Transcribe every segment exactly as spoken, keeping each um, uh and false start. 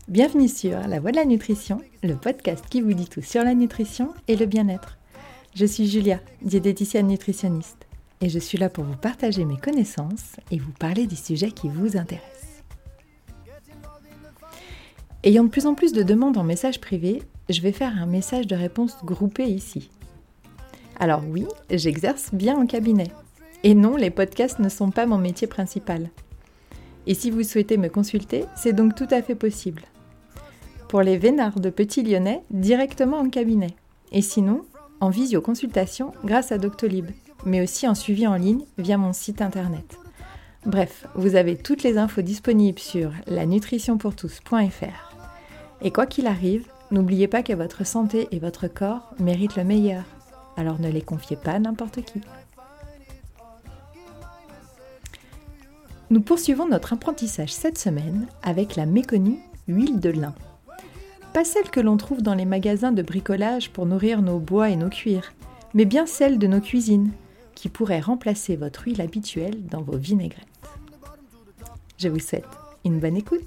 Bienvenue sur La Voix de la Nutrition, le podcast qui vous dit tout sur la nutrition et le bien-être. Je suis Julia, diététicienne nutritionniste, et je suis là pour vous partager mes connaissances et vous parler des sujets qui vous intéressent. Ayant de plus en plus de demandes en message privé, je vais faire un message de réponse groupé ici. Alors oui, j'exerce bien en cabinet. Et non, les podcasts ne sont pas mon métier principal. Et si vous souhaitez me consulter, c'est donc tout à fait possible. Pour les vénards de Petit Lyonnais, directement en cabinet. Et sinon, en visioconsultation grâce à Doctolib, mais aussi en suivi en ligne via mon site internet. Bref, vous avez toutes les infos disponibles sur la nutrition pour tous point f r. Et quoi qu'il arrive, n'oubliez pas que votre santé et votre corps méritent le meilleur. Alors ne les confiez pas à n'importe qui. Nous poursuivons notre apprentissage cette semaine avec la méconnue huile de lin. Pas celle que l'on trouve dans les magasins de bricolage pour nourrir nos bois et nos cuirs, mais bien celle de nos cuisines, qui pourrait remplacer votre huile habituelle dans vos vinaigrettes. Je vous souhaite une bonne écoute.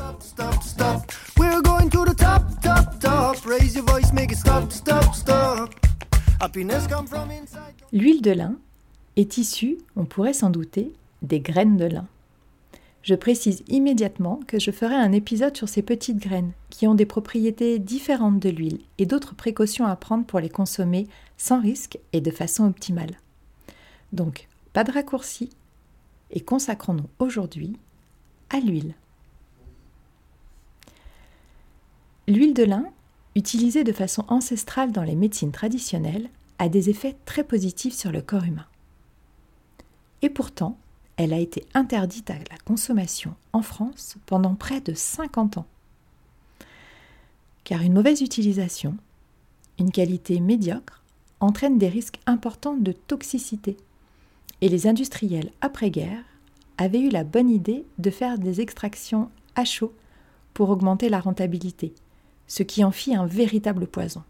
L'huile de lin est issue, on pourrait s'en douter, des graines de lin. Je précise immédiatement que je ferai un épisode sur ces petites graines qui ont des propriétés différentes de l'huile et d'autres précautions à prendre pour les consommer sans risque et de façon optimale. Donc, pas de raccourci et consacrons-nous aujourd'hui à l'huile. L'huile de lin, utilisée de façon ancestrale dans les médecines traditionnelles, a des effets très positifs sur le corps humain. Et pourtant, elle a été interdite à la consommation en France pendant près de cinquante ans. Car une mauvaise utilisation, une qualité médiocre, entraîne des risques importants de toxicité. Et les industriels après-guerre avaient eu la bonne idée de faire des extractions à chaud pour augmenter la rentabilité, ce qui en fit un véritable poison.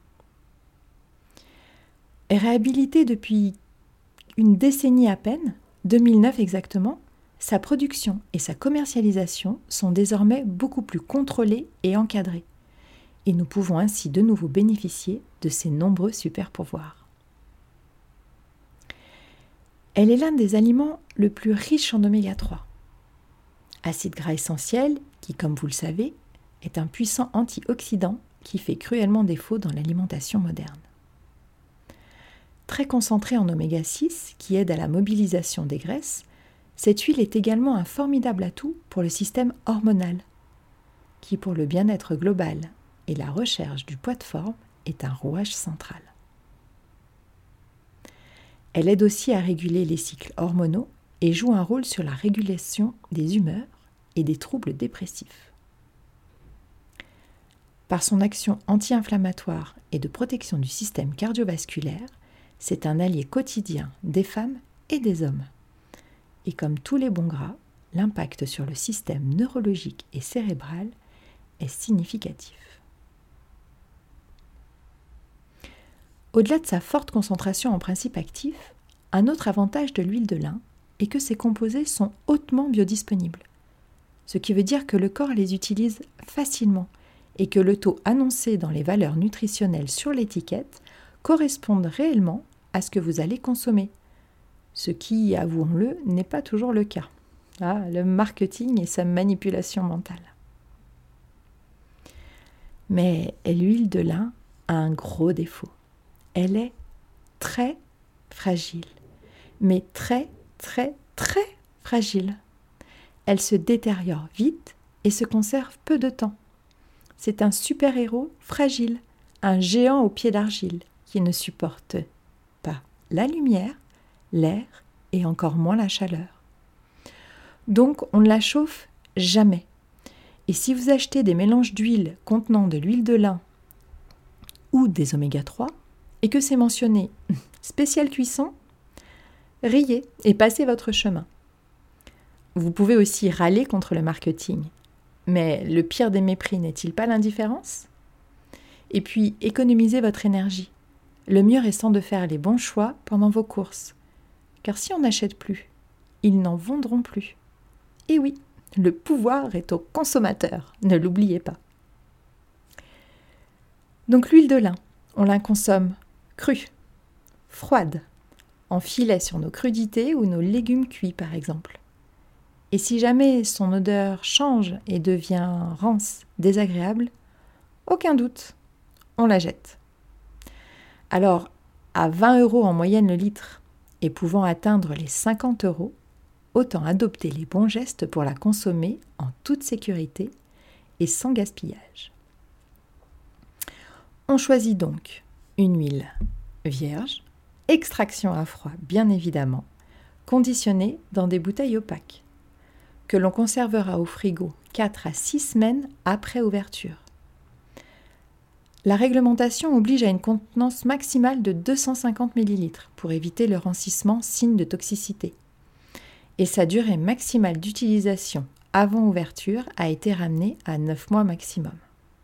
Réhabilitée depuis une décennie à peine, deux mille neuf exactement, sa production et sa commercialisation sont désormais beaucoup plus contrôlées et encadrées. Et nous pouvons ainsi de nouveau bénéficier de ces nombreux super pouvoirs. Elle est l'un des aliments le plus riche en oméga trois. Acide gras essentiel qui, comme vous le savez, est un puissant antioxydant qui fait cruellement défaut dans l'alimentation moderne. Très concentrée en oméga six, qui aide à la mobilisation des graisses, cette huile est également un formidable atout pour le système hormonal, qui pour le bien-être global et la recherche du poids de forme est un rouage central. Elle aide aussi à réguler les cycles hormonaux et joue un rôle sur la régulation des humeurs et des troubles dépressifs. Par son action anti-inflammatoire et de protection du système cardiovasculaire, c'est un allié quotidien des femmes et des hommes. Et comme tous les bons gras, l'impact sur le système neurologique et cérébral est significatif. Au-delà de sa forte concentration en principes actifs, un autre avantage de l'huile de lin est que ses composés sont hautement biodisponibles, ce qui veut dire que le corps les utilise facilement et que le taux annoncé dans les valeurs nutritionnelles sur l'étiquette corresponde réellement à ce que vous allez consommer, ce qui, avouons-le, n'est pas toujours le cas. Ah, le marketing et sa manipulation mentale. Mais l'huile de lin a un gros défaut. Elle est très fragile, mais très, très, très fragile. Elle se détériore vite et se conserve peu de temps. C'est un super-héros fragile, un géant aux pieds d'argile qui ne supporte pas la lumière, l'air et encore moins la chaleur. Donc on ne la chauffe jamais. Et si vous achetez des mélanges d'huile contenant de l'huile de lin ou des oméga trois et que c'est mentionné spécial cuisson, riez et passez votre chemin. Vous pouvez aussi râler contre le marketing. Mais le pire des mépris n'est-il pas l'indifférence ? Et puis, économisez votre énergie. Le mieux restant de faire les bons choix pendant vos courses. Car si on n'achète plus, ils n'en vendront plus. Et oui, le pouvoir est au consommateur, ne l'oubliez pas. Donc l'huile de lin, on la consomme crue, froide, en filet sur nos crudités ou nos légumes cuits par exemple. Et si jamais son odeur change et devient rance, désagréable, aucun doute, on la jette. Alors, à vingt euros en moyenne le litre et pouvant atteindre les cinquante euros, autant adopter les bons gestes pour la consommer en toute sécurité et sans gaspillage. On choisit donc une huile vierge, extraction à froid bien évidemment, conditionnée dans des bouteilles opaques, que l'on conservera au frigo quatre à six semaines après ouverture. La réglementation oblige à une contenance maximale de deux cent cinquante millilitres pour éviter le rancissement signe de toxicité. Et sa durée maximale d'utilisation avant ouverture a été ramenée à neuf mois maximum.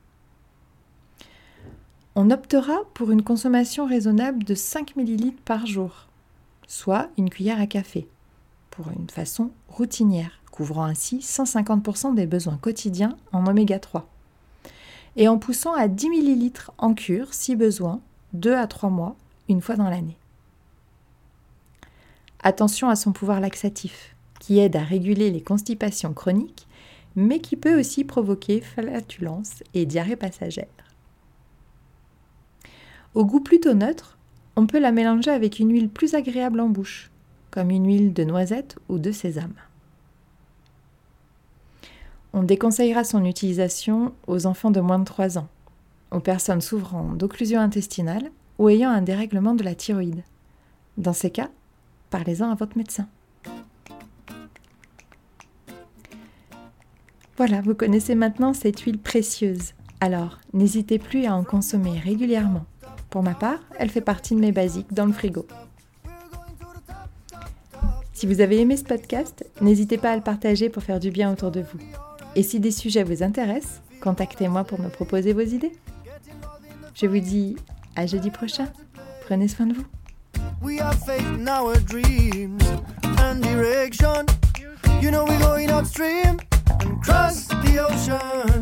On optera pour une consommation raisonnable de cinq millilitres par jour, soit une cuillère à café, pour une façon routinière, couvrant ainsi cent cinquante pour cent des besoins quotidiens en oméga trois, et en poussant à dix millilitres en cure, si besoin, deux à trois mois, une fois dans l'année. Attention à son pouvoir laxatif, qui aide à réguler les constipations chroniques, mais qui peut aussi provoquer flatulence et diarrhée passagère. Au goût plutôt neutre, on peut la mélanger avec une huile plus agréable en bouche, comme une huile de noisette ou de sésame. On déconseillera son utilisation aux enfants de moins de trois ans, aux personnes souffrant d'occlusion intestinale ou ayant un dérèglement de la thyroïde. Dans ces cas, parlez-en à votre médecin. Voilà, vous connaissez maintenant cette huile précieuse. Alors, n'hésitez plus à en consommer régulièrement. Pour ma part, elle fait partie de mes basiques dans le frigo. Si vous avez aimé ce podcast, n'hésitez pas à le partager pour faire du bien autour de vous. Et si des sujets vous intéressent, contactez-moi pour me proposer vos idées. Je vous dis à jeudi prochain. Prenez soin de vous. We have faith in our dreams and direction. You know we're going upstream and cross the ocean.